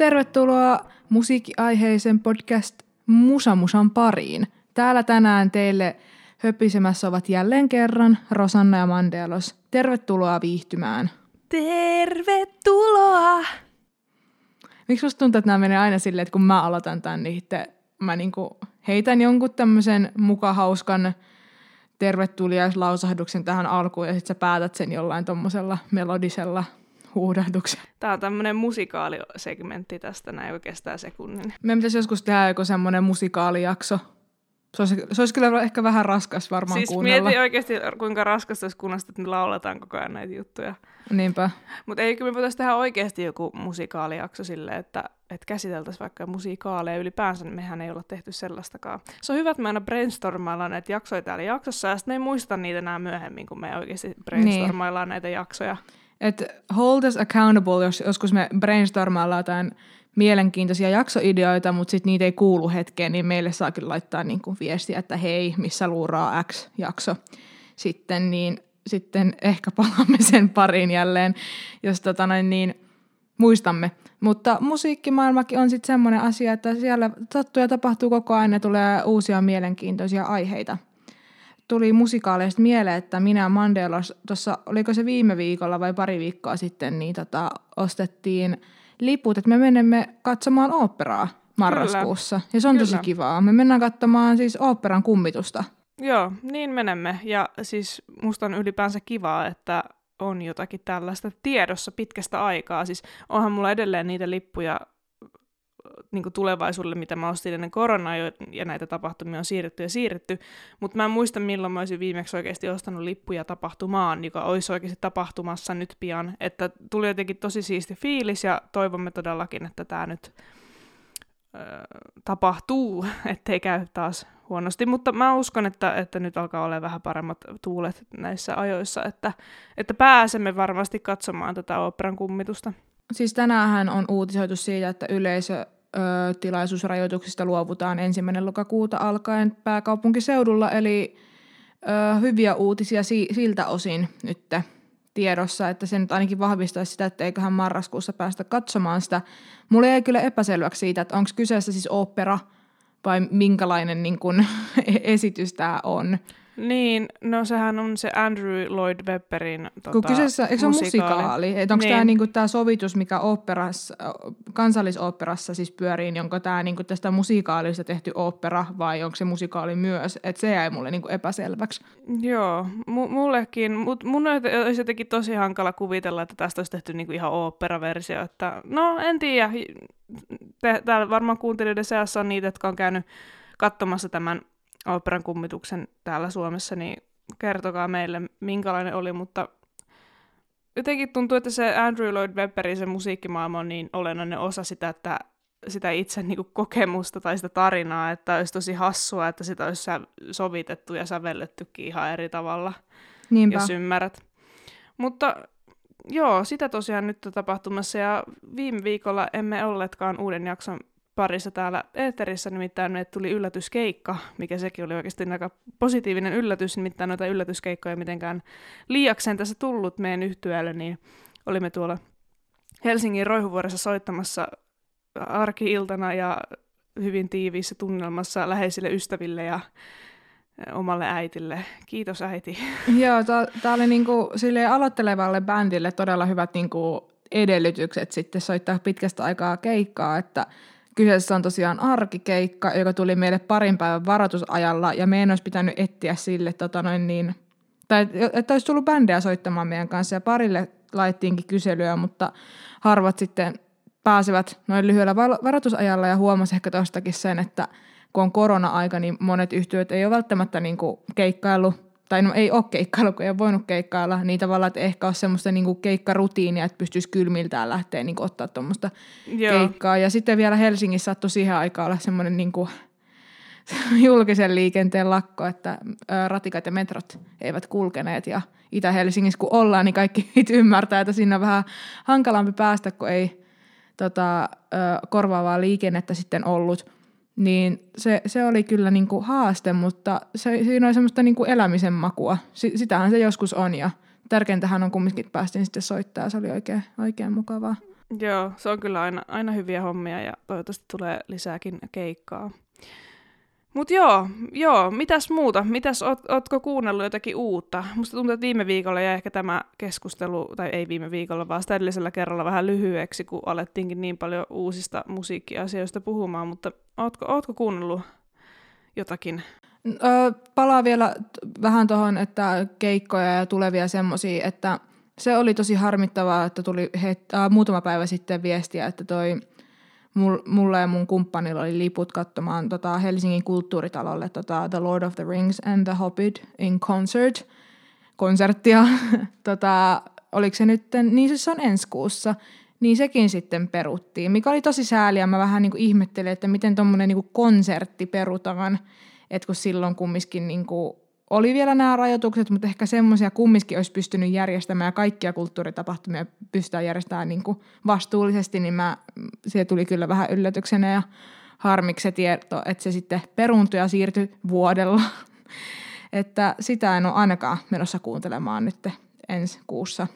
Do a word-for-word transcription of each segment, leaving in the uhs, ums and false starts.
tervetuloa musiikkiaiheisen podcast Musa Musan pariin. Täällä tänään teille höpisemässä ovat jälleen kerran Rosanna ja Mandelos. Tervetuloa viihtymään. Tervetuloa! Miksi musta tuntuu, että nämä menee aina silleen, että kun mä aloitan tämän, niin mä niinku heitän jonkun tämmöisen mukahauskan tervetuliaislausahduksen tähän alkuun ja sit sä päätät sen jollain tommosella melodisella huudahduksella. Tää on tämmönen musikaalisegmentti tästä, näin joka kestää sekunnin. Meidän pitäisi joskus tehdä joku semmoinen musikaalijakso. Se olisi, se olisi kyllä ehkä vähän raskas varmaan siis kuunnella. Siis mieti oikeasti, kuinka raskasta olisi kuunnella, että me lauletaan koko ajan näitä juttuja. Niinpä. Mutta eikö me voitaisiin tehdä oikeasti joku musikaalijakso silleen, että, että käsiteltäisiin vaikka musikaaleja ylipäänsä, niin mehän ei olla tehty sellaistakaan. Se on hyvä, että me aina brainstormaillaan näitä jaksoja täällä jaksossa, ja sitten me ei muista niitä enää myöhemmin, kun me oikeasti brainstormaillaan niin näitä jaksoja. Et hold us accountable, jos joskus me brainstormaillaan jotain mielenkiintoisia jaksoideoita, mutta sitten niitä ei kuulu hetkeen, niin meille saa kyllä laittaa niinku viestiä, että hei, missä luuraa X-jakso. Sitten, niin, sitten ehkä palaamme sen pariin jälleen, jos tota noin, niin muistamme. Mutta musiikkimaailmakin on sitten semmoinen asia, että siellä sattuu ja tapahtuu koko ajan ja tulee uusia mielenkiintoisia aiheita. Tuli musikaaleista mieleen, että minä ja Mandelos, tuossa oliko se viime viikolla vai pari viikkoa sitten, niin tota, ostettiin liput, että me menemme katsomaan oopperaa marraskuussa. Kyllä. Ja se on Kyllä. tosi kivaa. Me mennään katsomaan siis oopperan kummitusta. Joo, niin menemme. Ja siis musta on ylipäänsä kivaa, että on jotakin tällaista tiedossa pitkästä aikaa. Siis onhan mulla edelleen niitä lippuja niin tulevaisuudelle, mitä mä ostin ennen koronaa, ja näitä tapahtumia on siirretty ja siirretty, mutta mä en muista, milloin mä olisin viimeksi oikeasti ostanut lippuja tapahtumaan, joka olisi oikeasti tapahtumassa nyt pian, että tuli jotenkin tosi siisti fiilis, ja toivomme todellakin, että tämä nyt ö, tapahtuu, ettei käy taas huonosti, mutta mä uskon, että, että nyt alkaa olla vähän paremmat tuulet näissä ajoissa, että, että pääsemme varmasti katsomaan tätä oopperan kummitusta. Siis tänäänhän on uutisoitu siitä, että yleisötilaisuusrajoituksista luovutaan ensimmäinen lokakuuta alkaen pääkaupunkiseudulla, eli ö, hyviä uutisia si- siltä osin nyt tiedossa, että se nyt ainakin vahvistaisi sitä, että eiköhän marraskuussa päästä katsomaan sitä. Mulle ei kyllä epäselväksi siitä, että onko kyseessä siis opera vai minkälainen niin kun, esitys tämä on. Niin, no sehän on se Andrew Lloyd Webberin tota, Kun kyseessä, eikö se ole musikaali? Että onko niin. tämä niinku, tää sovitus, mikä oopperassa, kansallisoopperassa siis pyörii, niin onko tämä niinku, tästä musikaalista tehty opera vai onko se musikaali myös? Että se jäi mulle niinku epäselväksi. Joo, m- mullekin. Mut mun olisi jotenkin tosi hankala kuvitella, että tästä olisi tehty niinku ihan oopperaversio. Että, no en tiedä. Te, täällä varmaan kuuntelijoiden seassa on niitä, jotka on käynyt katsomassa tämän oopperan kummituksen täällä Suomessa, niin kertokaa meille, minkälainen oli, mutta jotenkin tuntuu, että se Andrew Lloyd Webberin se musiikkimaailma on niin olennainen osa sitä, että sitä itse niin kuin kokemusta tai sitä tarinaa, että olisi tosi hassua, että sitä olisi sovitettu ja sävellettykin ihan eri tavalla, Niinpä. Jos ymmärrät. Mutta joo, sitä tosiaan nyt on tapahtumassa, ja viime viikolla emme olleetkaan uuden jakson parissa täällä eetterissä, nimittäin meille tuli yllätyskeikka, mikä sekin oli oikeasti aika positiivinen yllätys, nimittäin noita yllätyskeikkoja mitenkään liiakseen tässä tullut meidän yhtyeelle, niin olimme tuolla Helsingin Roihuvuoressa soittamassa arki-iltana ja hyvin tiiviissä tunnelmassa läheisille ystäville ja omalle äitille. Kiitos äiti. Joo, tämä oli niinku silleen aloittelevalle bändille todella hyvät niinku edellytykset sitten soittaa pitkästä aikaa keikkaa, että kyseessä on tosiaan arkikeikka, joka tuli meille parin päivän varoitusajalla, ja meidän olisi pitänyt etsiä sille, tota noin niin, tai että olisi tullut bändejä soittamaan meidän kanssa, ja parille laittiinkin kyselyä, mutta harvat sitten pääsevät noin lyhyellä varoitusajalla, ja huomasi ehkä tuostakin sen, että kun on korona-aika, niin monet yhtiöt ei ole välttämättä niin kuin keikkaillut, tai no ei ole keikkailu, kun ei ole voinut keikkailla, niin tavallaan, että ehkä ole semmoista niinku keikkarutiinia, että pystyisi kylmiltään lähteä niinku ottaa tuommoista keikkaa. Ja sitten vielä Helsingissä sattui siihen aikaan olla semmoinen niinku julkisen liikenteen lakko, että ratikat ja metrot eivät kulkeneet. Ja Itä-Helsingissä kun ollaan, niin kaikki ymmärtää, että siinä on vähän hankalampi päästä, kun ei tota, korvaavaa liikennettä sitten ollut. Niin se, se oli kyllä niinku haaste, mutta se, siinä oli semmoista niinku elämisen makua. S- sitähän se joskus on, ja tärkeintähän on kumminkin, että päästiin sitten soittaa, se oli oikein, oikein mukavaa. Joo, se on kyllä aina, aina hyviä hommia ja toivottavasti tulee lisääkin keikkaa. Mut joo, joo, mitäs muuta? Mitäs, oot, ootko kuunnellut jotakin uutta? Musta tuntuu, että viime viikolla jäi ehkä tämä keskustelu, tai ei viime viikolla, vaan sitä edellisellä kerralla vähän lyhyeksi, kun alettiinkin niin paljon uusista musiikkiasioista puhumaan, mutta ootko, ootko kuunnellut jotakin? Öö, palaa vielä t- vähän tuohon, että keikkoja ja tulevia semmosia, että se oli tosi harmittavaa, että tuli het- äh, muutama päivä sitten viestiä, että toi mulla ja mun kumppanilla oli liput katsomaan tota Helsingin kulttuuritalolle tota The Lord of the Rings and the Hobbit in Concert konserttia. tota, oliko se nyt, niin se on ensi kuussa, niin sekin sitten peruttiin, mikä oli tosi sääliä. Mä vähän niin kuin ihmettelin, että miten tommonen niin kuin konsertti perutaan, että kun silloin kumminkin niin kuin oli vielä nämä rajoitukset, mutta ehkä semmoisia kumminkin olisi pystynyt järjestämään ja kaikkia kulttuuritapahtumia pystytään järjestämään niin kuin vastuullisesti, niin mä, se tuli kyllä vähän yllätyksenä ja harmiksi se tieto, että se sitten peruuntui ja siirtyi vuodella. Että sitä en ole ainakaan menossa kuuntelemaan nyt ensi kuussa.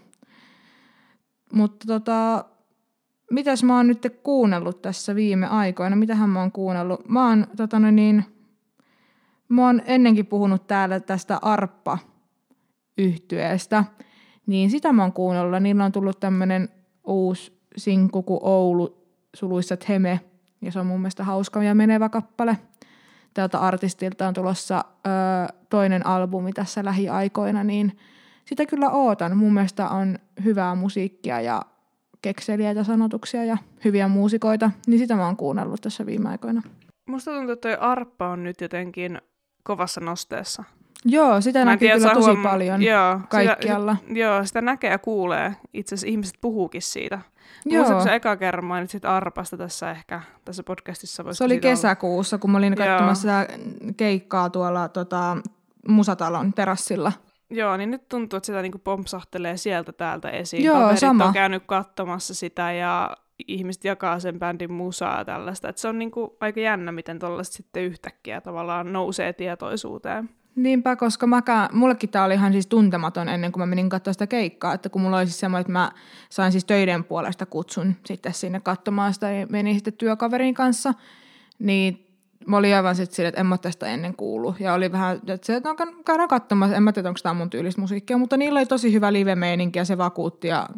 Mutta tota, mitäs mä oon nyt kuunnellut tässä viime aikoina? Mitähän mä oon kuunnellut? Mä oon tota niin... Mä oon ennenkin puhunut täällä tästä Arppa-yhtyeestä, niin sitä mä oon kuunnellut. Niillä on tullut tämmönen uusi sinkku kuin Oulu suluissa Heme, ja se on mun mielestä hauska ja menevä kappale. Tältä artistilta on tulossa ö, toinen albumi tässä lähiaikoina, niin sitä kyllä ootan. Mun mielestä on hyvää musiikkia ja kekseliäitä sanotuksia ja hyviä muusikoita, niin sitä mä oon kuunnellut tässä viime aikoina. Musta tuntuu, että toi Arppa on nyt jotenkin kovassa nosteessa. Joo, sitä Mä näkyy tiedä, kyllä tosi huom... paljon joo, kaikkialla. Sitä, joo, sitä näkee ja kuulee. Itse asiassa ihmiset puhuukin siitä. Joo. Muistatko sä eka kerran mainitsit Arpasta tässä ehkä, tässä podcastissa? Se oli kesäkuussa, olla? Kun mä olin katsomassa sitä keikkaa tuolla tota, Musatalon terassilla. Joo, niin nyt tuntuu, että sitä niinku pompsahtelee sieltä täältä esiin. Joo, Kaverit sama. on käynyt katsomassa sitä ja ihmiset jakaa sen bändin musaa ja tällaista. Et se on niinku aika jännä, miten tollaista sitten yhtäkkiä tavallaan nousee tietoisuuteen. Niinpä, koska mäkään, mullekin tää oli ihan siis tuntematon ennen kuin mä menin katsomaan sitä keikkaa, että kun mulla oli siis semmoinen, että mä sain siis töiden puolesta kutsun sitten sinne katsomaan sitä ja menin sitten työkaverin kanssa, niin mä olin aivan sitten silleen, että en mä tästä ennen kuullut. Ja oli vähän, että se, että no, käydään katsomaan, en mä tiedä, onko tämä mun tyylistä musiikkia, mutta niillä oli tosi hyvä live-meininki ja se vakuutti ja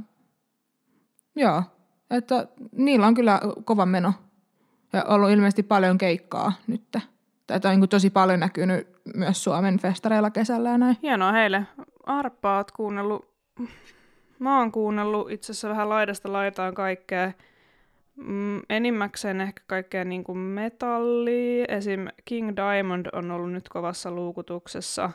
joo, että niillä on kyllä kova meno ja ollut ilmeisesti paljon keikkaa nyt. Tämä on niin tosi paljon näkynyt myös Suomen festareilla kesällä ja näin. Hienoa heille. Arppaa oot kuunnellut. Mä oon kuunnellut itse asiassa vähän laidasta laitaan kaikkea. Mm, enimmäkseen ehkä kaikkea niin kuin metallia. Esim. King Diamond on ollut nyt kovassa luukutuksessa.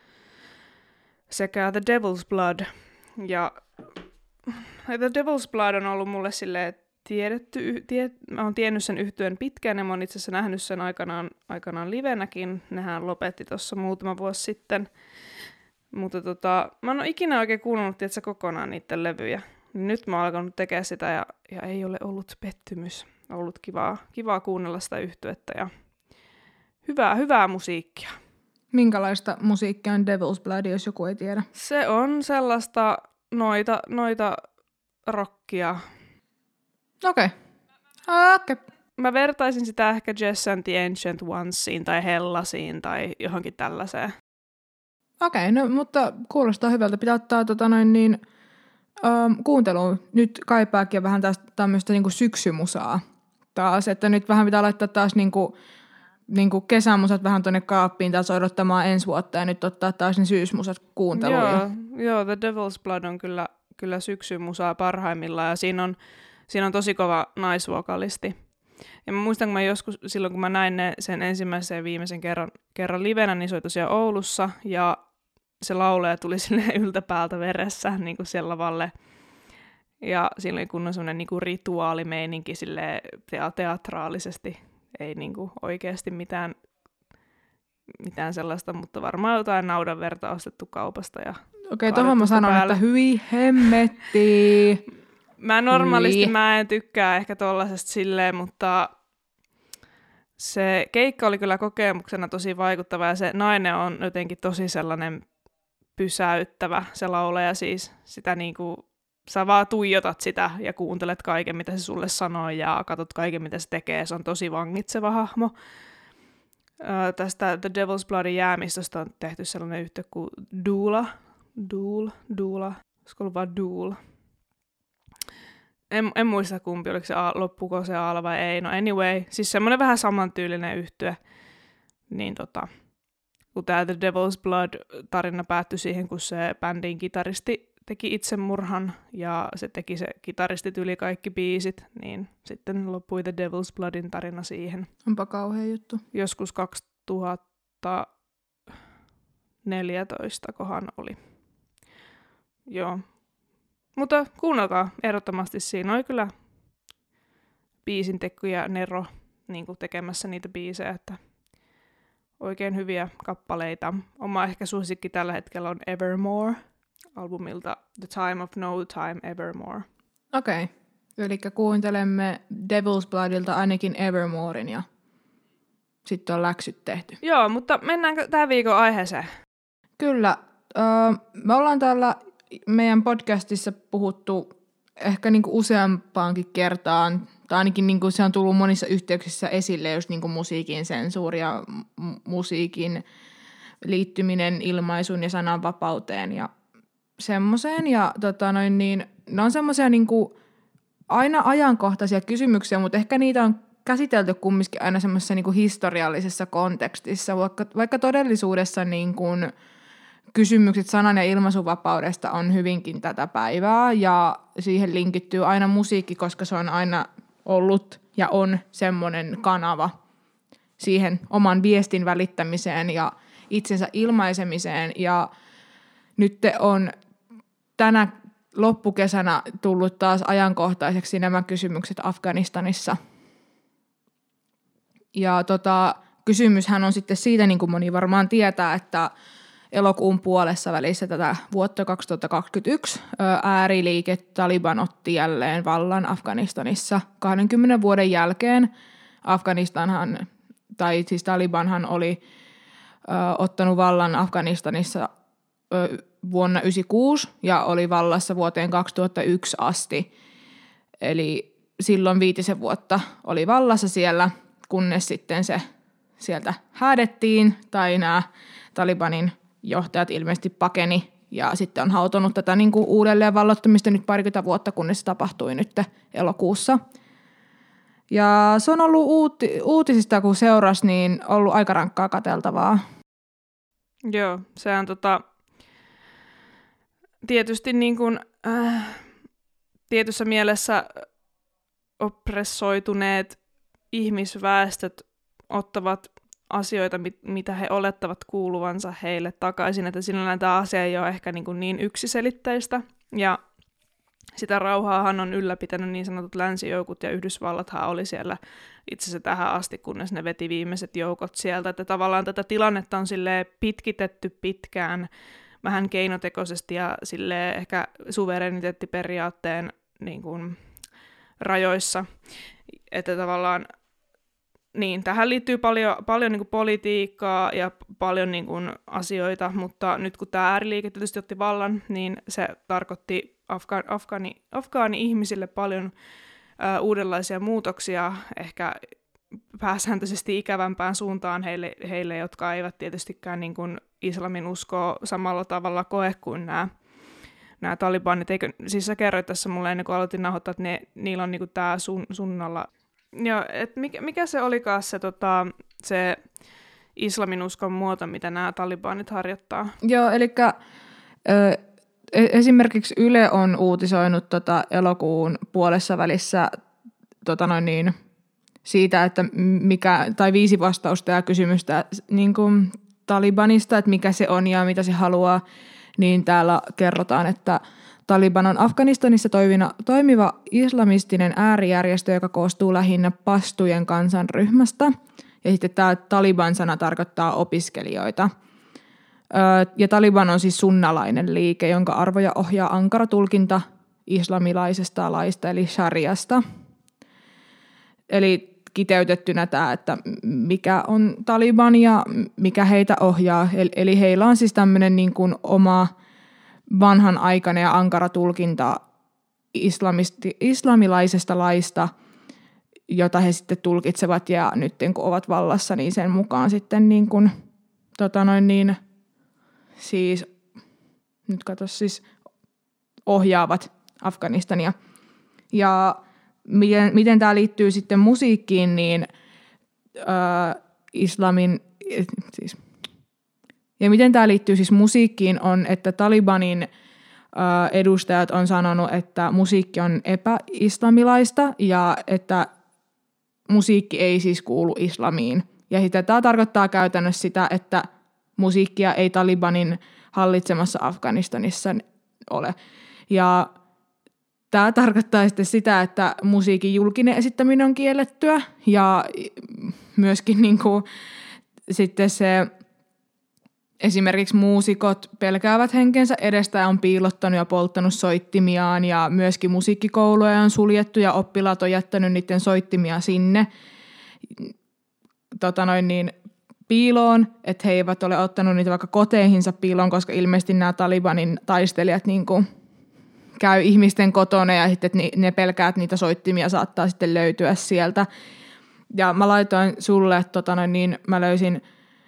Sekä The Devil's Blood. Ja The Devil's Blood on ollut mulle silleen tiedetty, tie, mä oon tiennyt sen yhtyeen pitkään ja mä oon itse asiassa nähnyt sen aikanaan, aikanaan livenäkin. Nehän lopetti tuossa muutama vuosi sitten. Mutta tota, mä en ole ikinä oikein kuunnellut tietsä, kokonaan niiden levyjä. Nyt mä oon alkanut tekemään sitä ja, ja ei ole ollut pettymys. On ollut kivaa, kivaa kuunnella sitä yhtyettä ja hyvää, hyvää musiikkia. Minkälaista musiikkia on Devil's Blood, jos joku ei tiedä? Se on sellaista noita, noita rockia. Okei. Okay. Okay. Mä vertaisin sitä ehkä Jess and the Ancient Onesiin tai Hellasiin tai johonkin tällaiseen. Okei, okay, no mutta kuulostaa hyvältä. Pitää ottaa tota noin niin, ähm, kuunteluun. Nyt kaipaakin vähän tästä tämmöistä niinku syksymusaa taas. Että nyt vähän pitää laittaa taas niinku, niinku kesämusat vähän tuonne kaappiin taas odottamaan ensi vuotta ja nyt ottaa taas ne syysmusat kuunteluun. Joo, joo, The Devil's Blood on kyllä, kyllä syksymusaa parhaimmillaan ja siinä on Siinä on tosi kova naisvokalisti. Ja mä muistan, kun mä joskus, silloin kun mä näin ne sen ensimmäisen ja viimeisen kerran, kerran livenä, niin se oli tosiaan Oulussa, ja se lauleja tuli silleen yltäpäältä veressä niin kuin siellä lavalle. Ja siinä oli kunnon semmoinen niin kuin rituaalimeininki silleen teatraalisesti. Ei niin kuin oikeasti mitään, mitään sellaista, mutta varmaan jotain naudanverta ostettu kaupasta. Ja okei, tohon mä sanon, päälle. Että hyi hemmetti. Mä normaalisti Hyi. mä en tykkää ehkä tollasesta silleen, mutta se keikka oli kyllä kokemuksena tosi vaikuttava ja se nainen on jotenkin tosi sellainen pysäyttävä, se lauleja siis. Sitä niinku, sä vaan tuijotat sitä ja kuuntelet kaiken, mitä se sulle sanoo ja katsot kaiken, mitä se tekee. Se on tosi vangitseva hahmo. Öö, tästä The Devil's Bloodin jäämistöstä on tehty sellainen yhtiö kuin Doula. Doul, Doula. Olisiko ollut vaan Doul? En, en muista kumpi, oliko se A, loppuko se A vai ei. No anyway, siis semmoinen vähän samantyylinen yhtye. Niin tota, kun tää The Devil's Blood-tarina päättyi siihen, kun se bändin kitaristi teki itsemurhan ja se teki se kitaristit yli kaikki biisit, niin sitten loppui The Devil's Bloodin tarina siihen. Onpa kauhea juttu. Joskus kaksituhattaneljätoista kohan oli. Joo. Mutta kuunnelkaa ehdottomasti, siinä oli kyllä biisintekko ja Nero niin kuin tekemässä niitä biisejä, että oikein hyviä kappaleita. Oma ehkä suosikki tällä hetkellä on Evermore, albumilta The Time of No Time Evermore. Okei, okay. Eli kuuntelemme Devil's Bloodilta ainakin Evermoren ja sitten on läksyt tehty. Joo, mutta mennäänkö tämän viikon aiheeseen? Kyllä. Uh, me ollaan täällä meidän podcastissa puhuttu ehkä niinku useampaankin kertaan, tai ainakin niinku se on tullut monissa yhteyksissä esille, just niinku musiikin sensuuri ja m- musiikin liittyminen ilmaisun ja sananvapauteen ja semmoiseen. Ja tota noin, niin, ne on semmoisia niinku aina ajankohtaisia kysymyksiä, mutta ehkä niitä on käsitelty kumminkin aina semmoisessa niinku historiallisessa kontekstissa, vaikka, vaikka todellisuudessa niinku kysymykset sanan- ja ilmaisuvapaudesta on hyvinkin tätä päivää ja siihen linkittyy aina musiikki, koska se on aina ollut ja on semmoinen kanava siihen oman viestin välittämiseen ja itsensä ilmaisemiseen. Ja nyt on tänä loppukesänä tullut taas ajankohtaiseksi nämä kysymykset Afganistanissa. Ja tota, kysymyshän on sitten siitä, niin kuin moni varmaan tietää, että elokuun puolessa välissä tätä vuotta kaksituhattakaksikymmentäyksi ääriliike Taliban otti jälleen vallan Afganistanissa kahdenkymmenen vuoden jälkeen. Afganistanhan, tai siis Talibanhan oli ö, ottanut vallan Afganistanissa ö, vuonna yhdeksänkymmentäkuusi ja oli vallassa vuoteen kaksituhattayksi asti. Eli silloin viitisen vuotta oli vallassa siellä, kunnes sitten se sieltä häädettiin tai nämä Talibanin johtajat ilmeisesti pakeni ja sitten on hautonut tätä niin kuin uudelleen vallottamista nyt parikymmentä vuotta, kunnes se tapahtui nyt elokuussa. Ja se on ollut uuti- uutisista, kun seurasi, niin ollut aika rankkaa katseltavaa. Joo, se on tota, tietysti niin kuin, äh, tietyssä mielessä oppressoituneet ihmisväestöt ottavat asioita, mit, mitä he olettavat kuuluvansa heille takaisin, että sinällään tämä asia ei ole ehkä niin, kuin niin yksiselitteistä, ja sitä rauhaahan on ylläpitänyt niin sanotut länsijoukot, ja Yhdysvallathan oli siellä itse asiassa tähän asti, kunnes ne veti viimeiset joukot sieltä, että tavallaan tätä tilannetta on silleen pitkitetty pitkään, vähän keinotekoisesti, ja silleen ehkä suvereniteettiperiaatteen niin kuin rajoissa, että tavallaan niin, tähän liittyy paljon, paljon niin kuin politiikkaa ja paljon niin kuin asioita, mutta nyt kun tämä ääriliike tietysti otti vallan, niin se tarkoitti Afga- Afgaani, Afgaani-ihmisille paljon ä, uudenlaisia muutoksia, ehkä pääsääntöisesti ikävämpään suuntaan heille, heille jotka eivät tietystikään niin kuin islamin uskoa samalla tavalla koe kuin nämä, nämä talibanit. Eikö, siis sä kerroit tässä mulle ennen kuin aloitin nauhoittaa, että ne, niillä on niin kuin tämä sun, sunnalla. Joo, että mikä, mikä se olikaan se, tota, se islamin uskon muoto, mitä nämä talibanit harjoittaa? Joo, eli esimerkiksi Yle on uutisoinut tota elokuun puolessa välissä tota noin niin, siitä, että mikä, tai viisi vastausta ja kysymystä niin kuin Talibanista, että mikä se on ja mitä se haluaa, niin täällä kerrotaan, että Taliban on Afganistanissa toimiva, toimiva islamistinen äärijärjestö, joka koostuu lähinnä pastujen kansanryhmästä. Ja sitten tämä Taliban-sana tarkoittaa opiskelijoita. Ja Taliban on siis sunnalainen liike, jonka arvoja ohjaa ankara tulkinta islamilaisesta laista, eli shariasta. Eli kiteytettynä tämä, että mikä on Taliban ja mikä heitä ohjaa. Eli heillä on siis tämmöinen niin kuin oma vanhanaikainen ja ankara tulkinta islamilaisesta laista, jota he sitten tulkitsevat ja nyt kun ovat vallassa, niin sen mukaan sitten niin kuin, tota noin niin, siis, nyt katso siis, ohjaavat Afganistania. Ja miten, miten tämä liittyy sitten musiikkiin, niin äh, islamin, siis, ja miten tämä liittyy siis musiikkiin on, että Talibanin äh, edustajat on sanonut, että musiikki on epäislamilaista ja että musiikki ei siis kuulu islamiin. Ja sitä tämä tarkoittaa käytännössä sitä, että musiikkia ei Talibanin hallitsemassa Afganistanissa ole. Ja tämä tarkoittaa sitten sitä, että musiikin julkinen esittäminen on kiellettyä ja myöskin niin kuin sitten se esimerkiksi muusikot pelkäävät henkensä edestä ja on piilottanut ja polttanut soittimiaan ja myöskin musiikkikouluja on suljettu ja oppilaat on jättänyt niiden soittimia sinne tota noin niin, piiloon, että he eivät ole ottanut niitä vaikka koteihinsa piiloon, koska ilmeisesti nämä Talibanin taistelijat niin kuin käy ihmisten kotona ja sitten ne pelkää, että niitä soittimia saattaa sitten löytyä sieltä. Ja mä laitoin sulle, että tota noin niin, mä löysin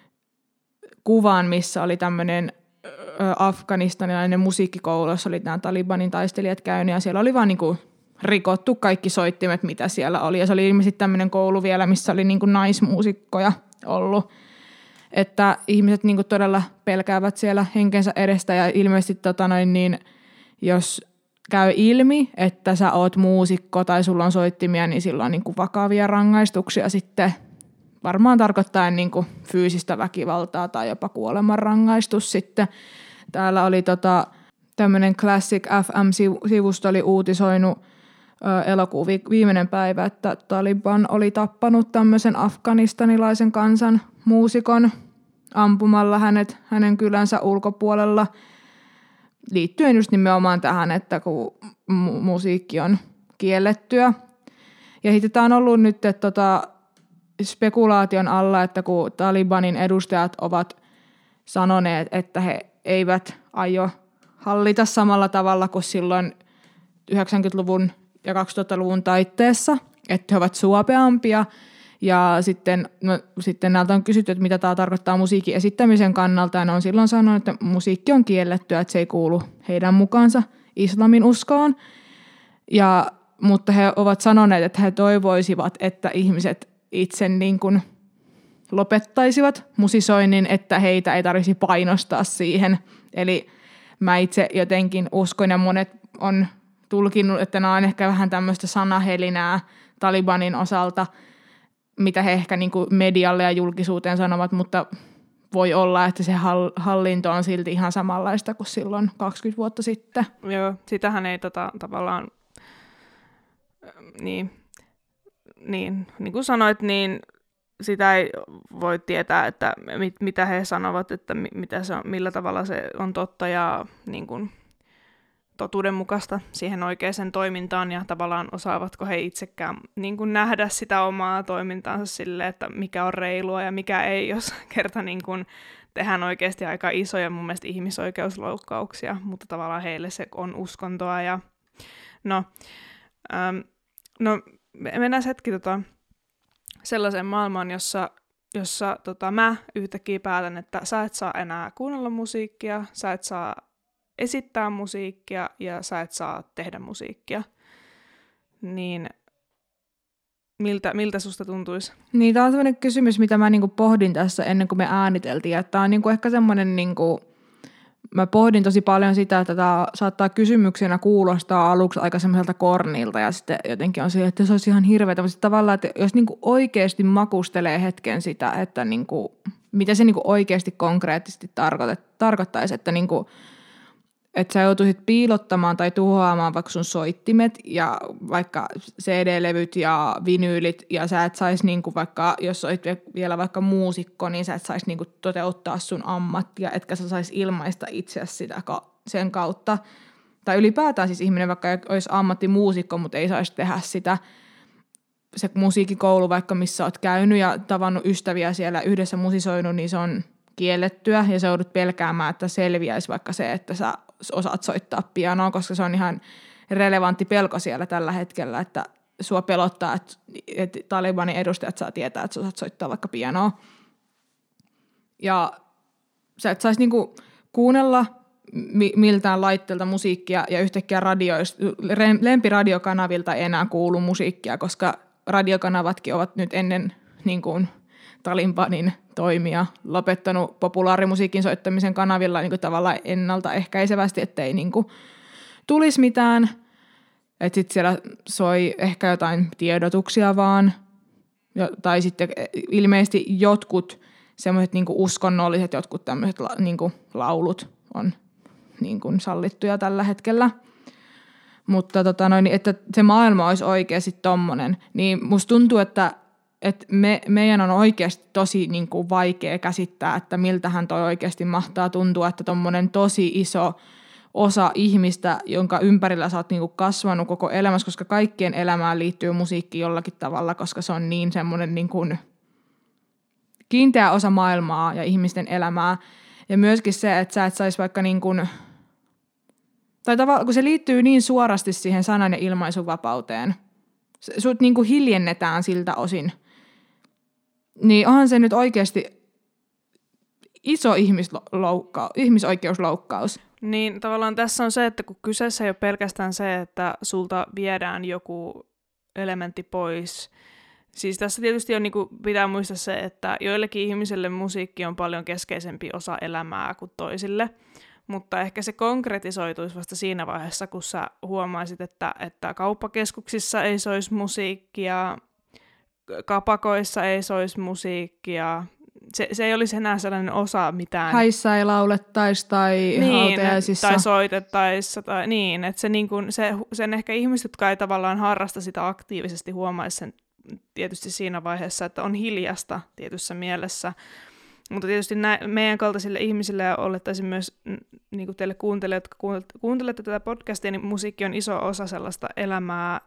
kuvan, missä oli tämmöinen afganistanilainen musiikkikoulu, jossa oli nämä Talibanin taistelijat käynyt ja siellä oli vaan niinku rikottu kaikki soittimet, mitä siellä oli. Ja se oli ilmeisesti tämmöinen koulu vielä, missä oli niinku naismuusikkoja ollut. Että ihmiset niinku todella pelkäävät siellä henkensä edestä ja ilmeisesti tota noin niin, jos käy ilmi, että sä oot muusikko tai sulla on soittimia, niin sillä on niinku vakavia rangaistuksia sitten. Varmaan tarkoittaa niin kuin fyysistä väkivaltaa tai jopa kuolemanrangaistus sitten. Täällä oli tota, tämmöinen Classic F M-sivusto oli uutisoinut ö, elokuun viimeinen päivä, että Taliban oli tappanut tämmöisen afganistanilaisen kansan muusikon ampumalla hänet hänen kylänsä ulkopuolella. Liittyen just nimenomaan tähän, että kun mu- musiikki on kiellettyä. Ja sitten tämä on ollut nyt, että tota, spekulaation alla, että kun Talibanin edustajat ovat sanoneet, että he eivät aio hallita samalla tavalla kuin silloin yhdeksänkymmentäluvun ja kaksituhattaluvun taitteessa, että he ovat suopeampia. Ja sitten, no, sitten näiltä on kysytty, että mitä tämä tarkoittaa musiikin esittämisen kannalta, ja ne on silloin sanonut, että musiikki on kiellettyä, että se ei kuulu heidän mukaansa islamin uskoon. Ja, mutta he ovat sanoneet, että he toivoisivat, että ihmiset itse niin kuin lopettaisivat musisoinnin, että heitä ei tarvitsisi painostaa siihen. Eli mä itse jotenkin uskon ja monet on tulkinnut, että nämä on ehkä vähän tämmöistä sanahelinää Talibanin osalta, mitä he ehkä niin kuin medialle ja julkisuuteen sanovat, mutta voi olla, että se hallinto on silti ihan samanlaista kuin silloin kaksikymmentä vuotta sitten. Joo, sitähän ei tota, tavallaan, niin, niin, niin kuin sanoit, niin sitä ei voi tietää, että mit, mitä he sanovat, että mitä se on, millä tavalla se on totta ja niin kuin totuudenmukaista siihen oikeaan toimintaan ja tavallaan osaavatko he itsekään niin kuin nähdä sitä omaa toimintaansa sille, että mikä on reilua ja mikä ei, jos kerta niin kuin tehdään oikeasti aika isoja mun mielestä ihmisoikeusloukkauksia, mutta tavallaan heille se on uskontoa. Ja no, ähm, no mennään hetki tota, sellaiseen maailmaan, jossa, jossa tota, mä yhtäkkiä päätän, että sä et saa enää kuunnella musiikkia, sä et saa esittää musiikkia ja sä et saa tehdä musiikkia, niin miltä, miltä susta tuntuisi? Niin, tämä on sellainen kysymys, mitä mä niinku pohdin tässä ennen kuin me ääniteltiin. Tämä on niinku ehkä semmoinen, niinku, mä pohdin tosi paljon sitä, että tämä saattaa kysymyksenä kuulostaa aluksi aika semmoiselta kornilta ja sitten jotenkin on se, että se olisi ihan hirveätä, mutta tavallaan, että jos niinku oikeasti makustelee hetken sitä, että niinku, mitä se niinku oikeasti konkreettisesti tarkoittaisi, että niinku, että sä joutuisit piilottamaan tai tuhoamaan vaikka sun soittimet ja vaikka C D-levyt ja vinyylit ja sä et saisi niinku vaikka, jos olet vielä vaikka muusikko, niin sä et saisi niinku toteuttaa sun ammattia, etkä sä saisi ilmaista itseäsi sitä sen kautta. Tai ylipäätään siis ihminen vaikka olisi ammattimuusikko, mutta ei saisi tehdä sitä. Se musiikkikoulu vaikka missä oot käynyt ja tavannut ystäviä siellä yhdessä musisoinut, niin se on kiellettyä ja sä joudut pelkäämään, että selviäisi vaikka se, että sä osaat soittaa pianoa, koska se on ihan relevantti pelko siellä tällä hetkellä, että sua pelottaa, että, että Talibanin edustajat saa tietää, että sä osaat soittaa vaikka pianoa. Ja sä et saisi niinku kuunnella miltään laitteelta musiikkia ja yhtäkkiä radioista, lempiradiokanavilta ei enää kuulu musiikkia, koska radiokanavatkin ovat nyt ennen niin kuin Talibanin toimia lopettanut populaarimusiikin soittamisen kanavilla niin kuin tavallaan ennaltaehkäisevästi, ettei niin kuin tulisi mitään. Että sitten siellä soi ehkä jotain tiedotuksia vaan, tai sitten ilmeisesti jotkut semmoiset niin kuin uskonnolliset, jotkut tämmöiset niin kuin laulut on niin kuin sallittuja tällä hetkellä. Mutta tota noin, että se maailma olisi oikeasti tommonen, niin musta tuntuu, että, että me, meidän on oikeasti tosi niin kuin vaikea käsittää, että miltähän toi oikeasti mahtaa tuntua, että tommonen tosi iso osa ihmistä, jonka ympärillä sä oot niin kuin kasvanut koko elämässä, koska kaikkien elämään liittyy musiikki jollakin tavalla, koska se on niin semmoinen niin kuin kiinteä osa maailmaa ja ihmisten elämää. Ja myöskin se, että sä et saisi vaikka niin kuin, tai tavallaan, kun se liittyy niin suorasti siihen sanan ja ilmaisun vapauteen, sut niin kuin hiljennetään siltä osin, niin onhan se nyt oikeasti iso ihmisloukka- ihmisoikeusloukkaus. Niin tavallaan tässä on se, että kun kyseessä ei ole pelkästään se, että sulta viedään joku elementti pois. Siis tässä tietysti on, niin kuin, pitää muistaa se, että joillekin ihmisille musiikki on paljon keskeisempi osa elämää kuin toisille, mutta ehkä se konkretisoituisi vasta siinä vaiheessa, kun sä huomaisit, että, että kauppakeskuksissa ei soisi musiikkia, kapakoissa ei soisi musiikkia. Se, se ei olisi enää sellainen osa mitään. Häissä ei laulettaisi tai niin, hautajaisissa. Tai soitettaessa. Tai, niin, että se, niin kuin, se, sen ehkä ihmiset, jotka ei tavallaan harrasta sitä aktiivisesti, huomaisi sen tietysti siinä vaiheessa, että on hiljasta tietyssä mielessä. Mutta tietysti nä- meidän kaltaisille ihmisille ja olettaisin myös niin kuin teille kuuntelijat, jotka kuuntelette tätä podcastia, niin musiikki on iso osa sellaista elämää,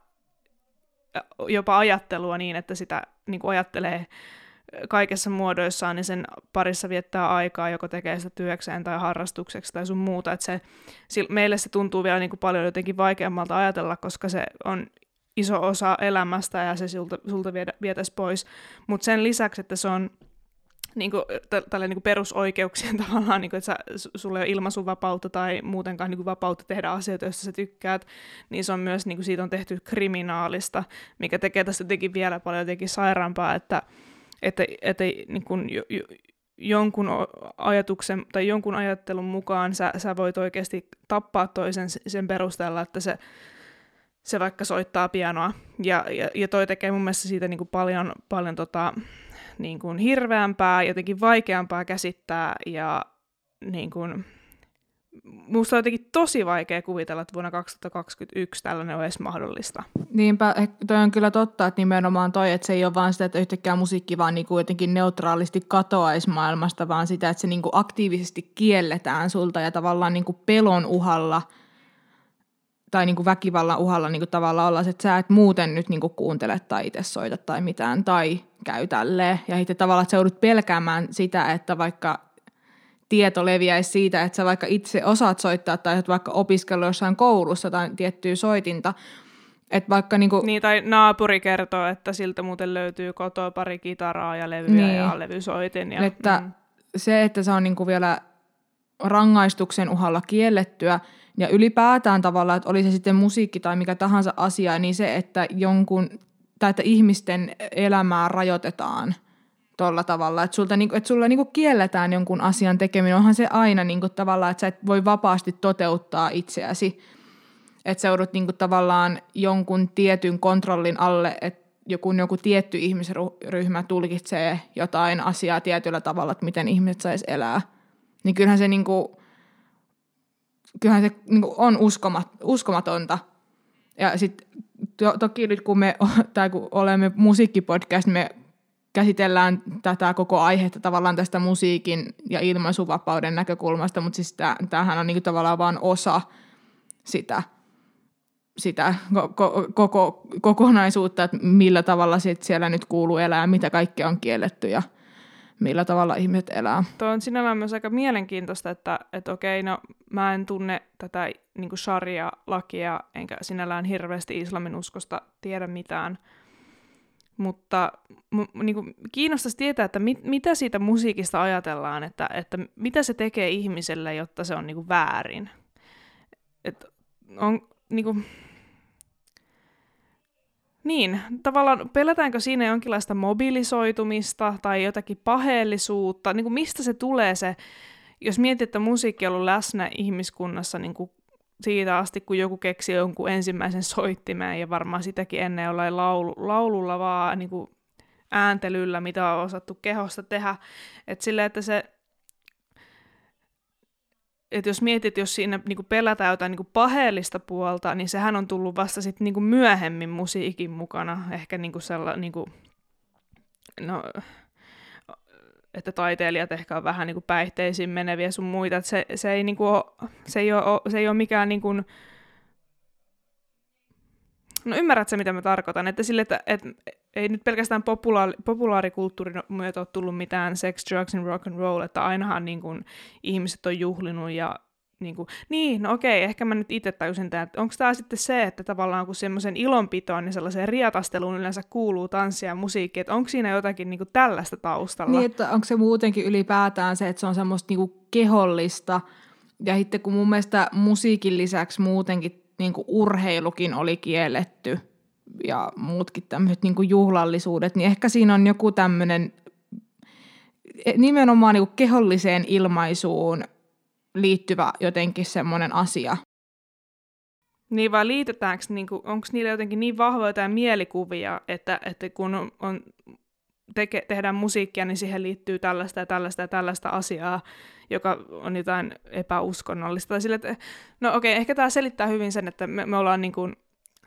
jopa ajattelua niin, että sitä niin kuin ajattelee kaikessa muodoissaan, niin sen parissa viettää aikaa, joko tekee sitä työkseen tai harrastukseksi tai sun muuta. Että se, meille se tuntuu vielä niin kuin paljon jotenkin vaikeammalta ajatella, koska se on iso osa elämästä ja se sulta, sulta vietäisi pois. Mutta sen lisäksi, että se on niin kuin, tällä niin kuin perusoikeuksien tavallaan, niin kuin, että sä, sulla ei ole ilmaisuvapautta tai muutenkaan niin kuin vapautta tehdä asioita, joista sä tykkäät, niin se on myös, niin kuin siitä on tehty kriminaalista, mikä tekee tästä jotenkin vielä paljon jotenkin sairaampaa, että että, että niin kuin jo, jo, jonkun ajatuksen tai jonkun ajattelun mukaan sä, sä voit oikeasti tappaa toisen sen perusteella, että se, se vaikka soittaa pianoa. Ja, ja, ja toi tekee mun mielestä siitä niin kuin paljon, paljon tota, niin kuin hirveämpää, jotenkin vaikeampaa käsittää ja niin kuin, musta on jotenkin tosi vaikea kuvitella, että vuonna kaksituhattakaksikymmentäyksi tällainen on edes mahdollista. Niinpä, toi on kyllä totta, että nimenomaan toi, että se ei ole vaan sitä, että yhtäkkiä musiikki vaan niinku jotenkin neutraalisti katoaisi maailmasta, vaan sitä, että se niinku aktiivisesti kielletään sulta ja tavallaan niinku pelon uhalla tai niinku väkivallan uhalla niinku tavallaan olla, että sä et muuten nyt niinku kuuntele tai itse soita tai mitään tai käy tälleen. Ja sitten tavallaan, että sä joudut pelkäämään sitä, että vaikka tieto leviäisi siitä, että sä vaikka itse osaat soittaa tai että vaikka opiskellut jossain koulussa tai tiettyä soitinta. Että vaikka niinku niin, tai naapuri kertoo, että siltä muuten löytyy kotoa pari kitaraa ja levyä niin, ja levysoitin. Ja, että mm. se, että se on niinku vielä rangaistuksen uhalla kiellettyä ja ylipäätään tavallaan, että oli se sitten musiikki tai mikä tahansa asia, niin se, että jonkun tai että ihmisten elämää rajoitetaan tuolla tavalla, että, sulta, että sulla niinku kielletään jonkun asian tekeminen, onhan se aina niinku tavallaan, että sä et voi vapaasti toteuttaa itseäsi, että sä joudut niinku tavallaan jonkun tietyn kontrollin alle, että joku, joku tietty ihmisryhmä tulkitsee jotain asiaa tietyllä tavalla, että miten ihmiset sais elää, niin kyllähän se, niinku, kyllähän se niinku on uskomat, uskomatonta. Ja sitten to, toki nyt kun me tai kun olemme musiikkipodcast, me käsitellään tätä koko aihetta tavallaan tästä musiikin ja ilmaisuvapauden näkökulmasta, mutta siis tämähän on niinku tavallaan vain osa sitä, sitä koko, koko, kokonaisuutta, että millä tavalla sit siellä nyt kuuluu elää ja mitä kaikkea on kielletty ja millä tavalla ihmiset elää. Tuo on sinällään myös aika mielenkiintoista, että, että okei, no mä en tunne tätä niin kuin sharia-lakia, enkä sinällään hirveästi islamin uskosta tiedä mitään, mutta m- niin kuin kiinnostaisi tietää, että mit, mitä siitä musiikista ajatellaan, että, että mitä se tekee ihmiselle, jotta se on niin kuin väärin. Et on, niin, kuin, niin, tavallaan pelätäänkö siinä jonkinlaista mobilisoitumista tai jotakin paheellisuutta, niin kuin mistä se tulee se, jos mietit, että musiikki on ollut läsnä ihmiskunnassa niin kuin siitä asti, kun joku keksi jonkun ensimmäisen soittimen ja varmaan sitäkin ennen jollain laulu, laululla vaan niin kuin ääntelyllä, mitä on osattu kehosta tehdä. Että silleen, että se, että jos mietit, jos siinä niin kuin pelätään jotain niin kuin paheellista puolta, niin sehän on tullut vasta sitten niin kuin myöhemmin musiikin mukana. Ehkä niin kuin sellainen, niin kuin, no, että taiteilijat ehkä on vähän niin kuin päihteisiin meneviä sun muita. Että se, se, ei niin kuin ole, se, ei ole, se ei ole mikään niin kuin, no ymmärrät sä, mitä mä tarkoitan, että sille, että, että ei nyt pelkästään populaari, populaarikulttuurin myötä ole tullut mitään sex, drugs and rock and roll, että ainahan niin kuin ihmiset on juhlinut ja niin, kuin, niin no okei, ehkä mä nyt itse tajusin tämän, että onko tämä sitten se, että tavallaan kun semmoisen ilonpitoon ja sellaiseen riatasteluun yleensä kuuluu tanssia ja musiikki, että onko siinä jotakin niin kuin tällaista taustalla? Niin, että onko se muutenkin ylipäätään se, että se on semmoista niin kuin kehollista ja sitten kun mun mielestä musiikin lisäksi muutenkin niin kuin urheilukin oli kielletty ja muutkin tämmöiset niin kuin juhlallisuudet, niin ehkä siinä on joku tämmöinen nimenomaan niin kuin keholliseen ilmaisuun liittyvä jotenkin semmoinen asia. Niin vai liitetäänkö, niin kuin, onko niillä jotenkin niin vahvoja jotain mielikuvia, että, että kun on, on teke, tehdään musiikkia, niin siihen liittyy tällaista ja tällaista ja tällaista asiaa, joka on jotain epäuskonnollista. Tai sille, että, no okei, ehkä tämä selittää hyvin sen, että me, me ollaan niin kuin,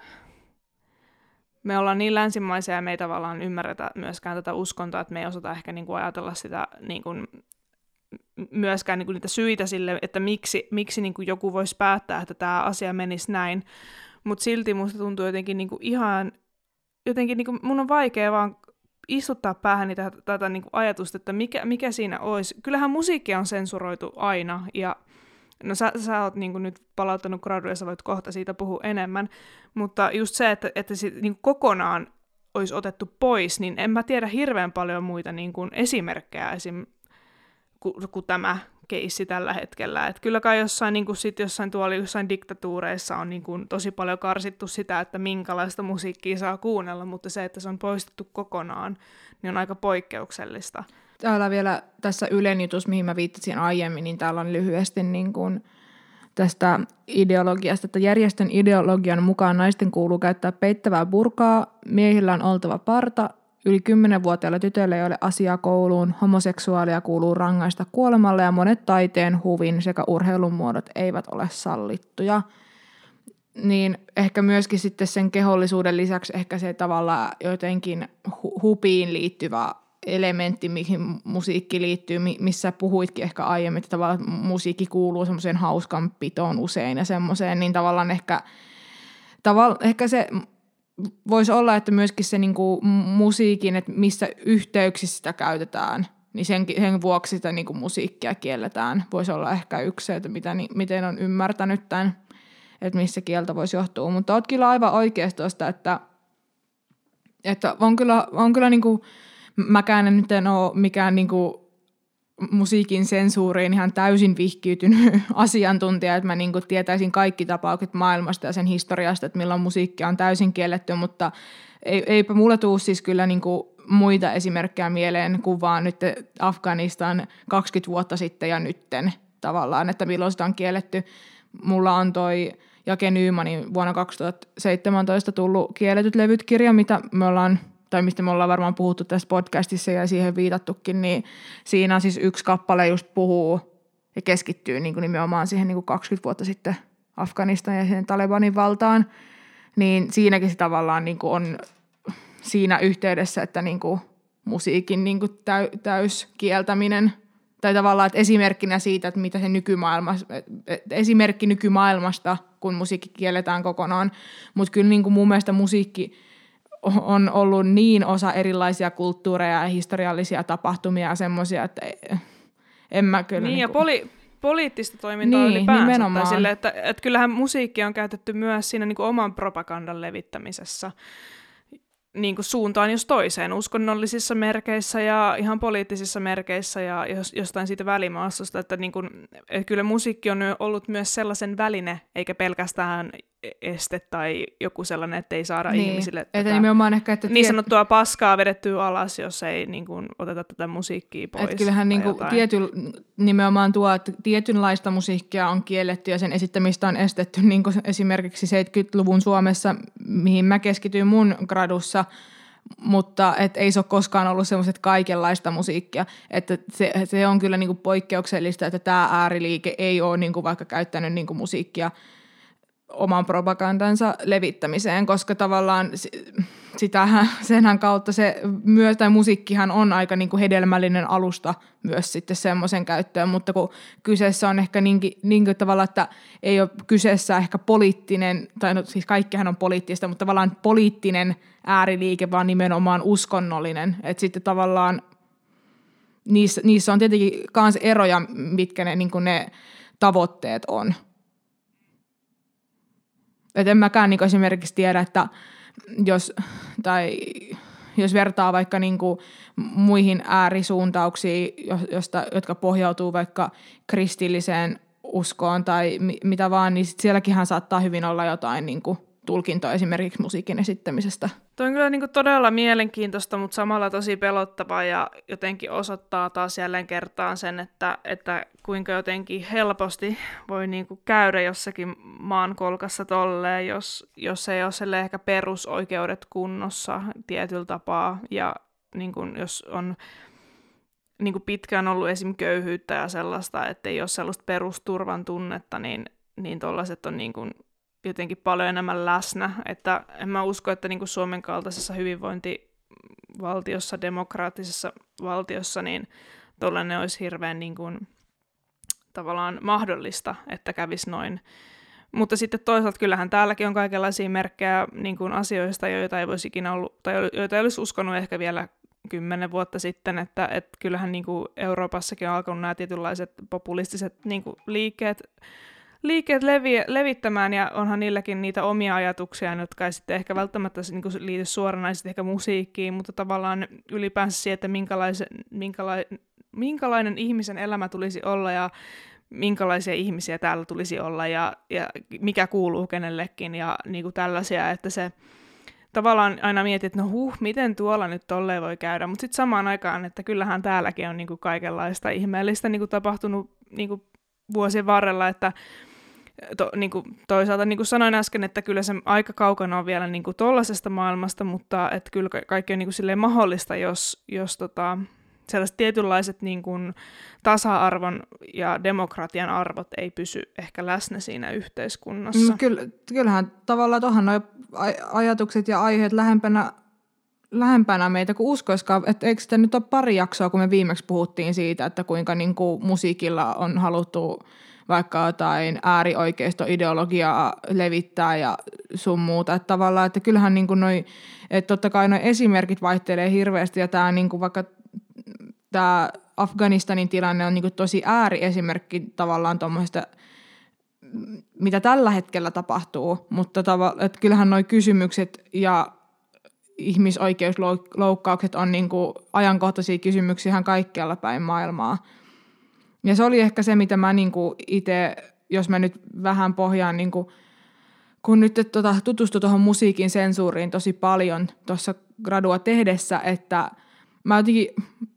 me ollaan niin länsimaisia ja me ei tavallaan ymmärretä myöskään tätä uskontoa, että me ei osata ehkä niin kuin ajatella sitä niin kuin, myöskään niin kuin niitä syitä sille, että miksi, miksi niin kuin joku voisi päättää, että tämä asia menisi näin. Mutta silti musta tuntuu jotenkin niin kuin ihan, jotenkin niin kuin mun on vaikea vaan istuttaa päähän tätä, tätä niin kuin ajatusta, että mikä, mikä siinä olisi. Kyllähän musiikkia on sensuroitu aina, ja no sä, sä oot niin kuin nyt palauttanut graduja, sä voit kohta siitä puhua enemmän, mutta just se, että, että se niin kuin kokonaan olisi otettu pois, niin en mä tiedä hirveän paljon muita niin kuin esimerkkejä esim. Kuin, kuin tämä keissi tällä hetkellä. Et kyllä kai jossain, niin kuin sit jossain tuolla jossain diktatuureissa on niin kuin tosi paljon karsittu sitä, että minkälaista musiikkia saa kuunnella, mutta se, että se on poistettu kokonaan, niin on aika poikkeuksellista. Täällä vielä tässä Ylen jutussa, mihin mä viittasin aiemmin, niin täällä on lyhyesti niin kuin tästä ideologiasta, että järjestön ideologian mukaan naisten kuuluu käyttää peittävää burkaa, miehillä on oltava parta, yli kymmenvuotiailla tytöillä ei ole asiaa kouluun, homoseksuaalia kuuluu rangaista kuolemalle ja monet taiteen, huvin sekä urheilun muodot eivät ole sallittuja. Niin ehkä myöskin sitten sen kehollisuuden lisäksi ehkä se tavallaan jotenkin hu- hupiin liittyvä elementti, mihin musiikki liittyy, missä puhuitkin ehkä aiemmin, että tavallaan musiikki kuuluu semmoiseen hauskanpitoon usein ja semmoiseen, niin tavallaan ehkä, tavallaan, ehkä se voisi olla, että myöskin se niinku musiikin, että missä yhteyksissä sitä käytetään, niin sen, sen vuoksi sitä niinku musiikkia kielletään. Voisi olla ehkä yksi, että mitä, miten on ymmärtänyt tämän, että missä kieltä voisi johtua. Mutta olet kyllä aivan oikeasti tuosta, että, että on kyllä, on kyllä niinku, mäkään en nyt en ole mikään niinku musiikin sensuuriin ihan täysin vihkiytynyt asiantuntija, että mä niinku tietäisin kaikki tapaukset maailmasta ja sen historiasta, että milloin musiikki on täysin kielletty, mutta ei, eipä mulle tule siis kyllä niinku muita esimerkkejä mieleen kuin vaan nyt Afganistan kaksikymmentä vuotta sitten ja nytten tavallaan, että milloin sitä on kielletty. Mulla on toi Jake Nymanin vuonna kaksituhattaseitsemäntoista tullut Kielletyt levyt -kirja, mitä me ollaan tai mistä me ollaan varmaan puhuttu tässä podcastissa ja siihen viitattukin, niin siinä siis yksi kappale just puhuu ja keskittyy niin kuin nimenomaan siihen niin kuin kaksikymmentä vuotta sitten Afganistan ja siihen Talebanin valtaan, niin siinäkin se tavallaan niin kuin on siinä yhteydessä, että niin kuin musiikin niin kuin täy, täyskieltäminen, tai tavallaan että esimerkkinä siitä, että mitä se nykymaailma, esimerkki nykymaailmasta, kun musiikki kielletään kokonaan, mutta kyllä niin kuin mun mielestä musiikki on ollut niin osa erilaisia kulttuureja ja historiallisia tapahtumia ja semmoisia, että en mä kyllä... Niin, niin ja kuin... poli- poliittista toimintaa niin, ylipäänsä. Tai sille, että, että kyllähän musiikki on käytetty myös siinä niin kuin oman propagandan levittämisessä niin kuin suuntaan jos toiseen, uskonnollisissa merkeissä ja ihan poliittisissa merkeissä ja jos, jostain siitä välimaastosta, että, niin kuin, että kyllä musiikki on ollut myös sellaisen väline, eikä pelkästään este tai joku sellainen, että ei saada niin, ihmisille että tätä nimenomaan ehkä, että niin sanottua paskaa vedettyä alas, jos ei niin kuin, oteta tätä musiikkia pois. Että kyllähän niin kuin tiety, nimenomaan tuo, että tietynlaista musiikkia on kielletty ja sen esittämistä on estetty niin kuin esimerkiksi seitsemänkymmentäluvun Suomessa, mihin mä keskityin mun gradussa, mutta et ei se ole koskaan ollut semmoiset kaikenlaista musiikkia, että se, se on kyllä niin kuin poikkeuksellista, että tämä ääriliike ei ole niin kuin vaikka käyttänyt niin kuin musiikkia oman propagandansa levittämiseen, koska tavallaan sitähän, senhän kautta se myös, tai musiikkihan on aika niin kuin hedelmällinen alusta myös sitten semmoisen käyttöön, mutta kun kyseessä on ehkä niinkin, niinkin tavalla, että ei ole kyseessä ehkä poliittinen, tai no siis kaikkihan on poliittista, mutta tavallaan poliittinen ääriliike, vaan nimenomaan uskonnollinen, että sitten tavallaan niissä, niissä on tietenkin myös eroja, mitkä ne, niin kuin ne tavoitteet on. Et en mäkään niin esimerkiksi tiedä, että jos, tai jos vertaa vaikka niin kuin muihin äärisuuntauksiin, josta, jotka pohjautuu vaikka kristilliseen uskoon tai mi, mitä vaan, niin sit sielläkinhän saattaa hyvin olla jotain niin kuin tulkintoa esimerkiksi musiikin esittämisestä. Tuo on kyllä niin kuin todella mielenkiintoista, mutta samalla tosi pelottavaa ja jotenkin osoittaa taas jälleen kertaan sen, että, että kuinka jotenkin helposti voi niin kuin käydä jossakin maankolkassa tolleen, jos, jos ei ole ehkä perusoikeudet kunnossa tietyllä tapaa ja niin kuin jos on niin kuin pitkään ollut esim. Köyhyyttä ja sellaista, että ei ole sellaista perusturvan tunnetta, niin, niin tollaiset on niin kuin jotenkin paljon enemmän läsnä, että en mä usko, että niin kuin Suomen kaltaisessa hyvinvointivaltiossa, demokraattisessa valtiossa, niin tollainen olisi hirveän niin kuin, tavallaan mahdollista, että kävisi noin. Mutta sitten toisaalta kyllähän täälläkin on kaikenlaisia merkkejä niin kuin asioista, joita ei voisi ikinä ollut, tai joita ei olisi uskonut ehkä vielä kymmenen vuotta sitten, että, että kyllähän niin kuin Euroopassakin on alkanut nämä tietynlaiset populistiset niin kuin liikkeet, liikkeet levi, levittämään, ja onhan niilläkin niitä omia ajatuksia, jotka ei sitten ehkä välttämättä niin kuin liity suoranaisesti ehkä musiikkiin, mutta tavallaan ylipäänsä siihen, että minkälaisen, minkälainen, minkälainen ihmisen elämä tulisi olla, ja minkälaisia ihmisiä täällä tulisi olla, ja, ja mikä kuuluu kenellekin, ja niin kuin tällaisia, että se tavallaan aina mietit, että no huh, miten tuolla nyt tolleen voi käydä, mutta sitten samaan aikaan, että kyllähän täälläkin on niin kuin kaikenlaista ihmeellistä niin kuin tapahtunut niin kuin vuosien varrella, että to, niin kuin toisaalta niin kuin sanoin äsken, että kyllä se aika kaukana on vielä niin kuin tollaisesta maailmasta, mutta että kyllä kaikki on niin kuin silleen mahdollista, jos, jos tota, sellaiset tietynlaiset niin kuin tasa-arvon ja demokratian arvot ei pysy ehkä läsnä siinä yhteiskunnassa. Mm, kyllä, kyllähän tavallaan tuohon nuo ajatukset ja aiheet lähempänä, lähempänä meitä kuin uskoiskaan. Että eikö sitä nyt ole pari jaksoa, kun me viimeksi puhuttiin siitä, että kuinka niin kuin musiikilla on haluttu vaikka jotain äärioikeistoideologiaa levittää ja sun muuta. Että tavallaan, että kyllähän niin kuin noi, että totta kai noi esimerkit vaihtelee hirveästi ja tämä niin kuin vaikka tämä Afganistanin tilanne on niin kuin tosi ääriesimerkki tavallaan tuommoista, mitä tällä hetkellä tapahtuu, mutta tava, että kyllähän nuo kysymykset ja ihmisoikeusloukkaukset on niin kuin ajankohtaisia kysymyksiä ihan kaikkialla päin maailmaa. Ja se oli ehkä se, mitä mä niin kuin itse, jos mä nyt vähän pohjaan, niin kuin, kun nyt tuota, tutustuin tuohon musiikin sensuuriin tosi paljon tuossa gradua tehdessä, että mä jotenkin,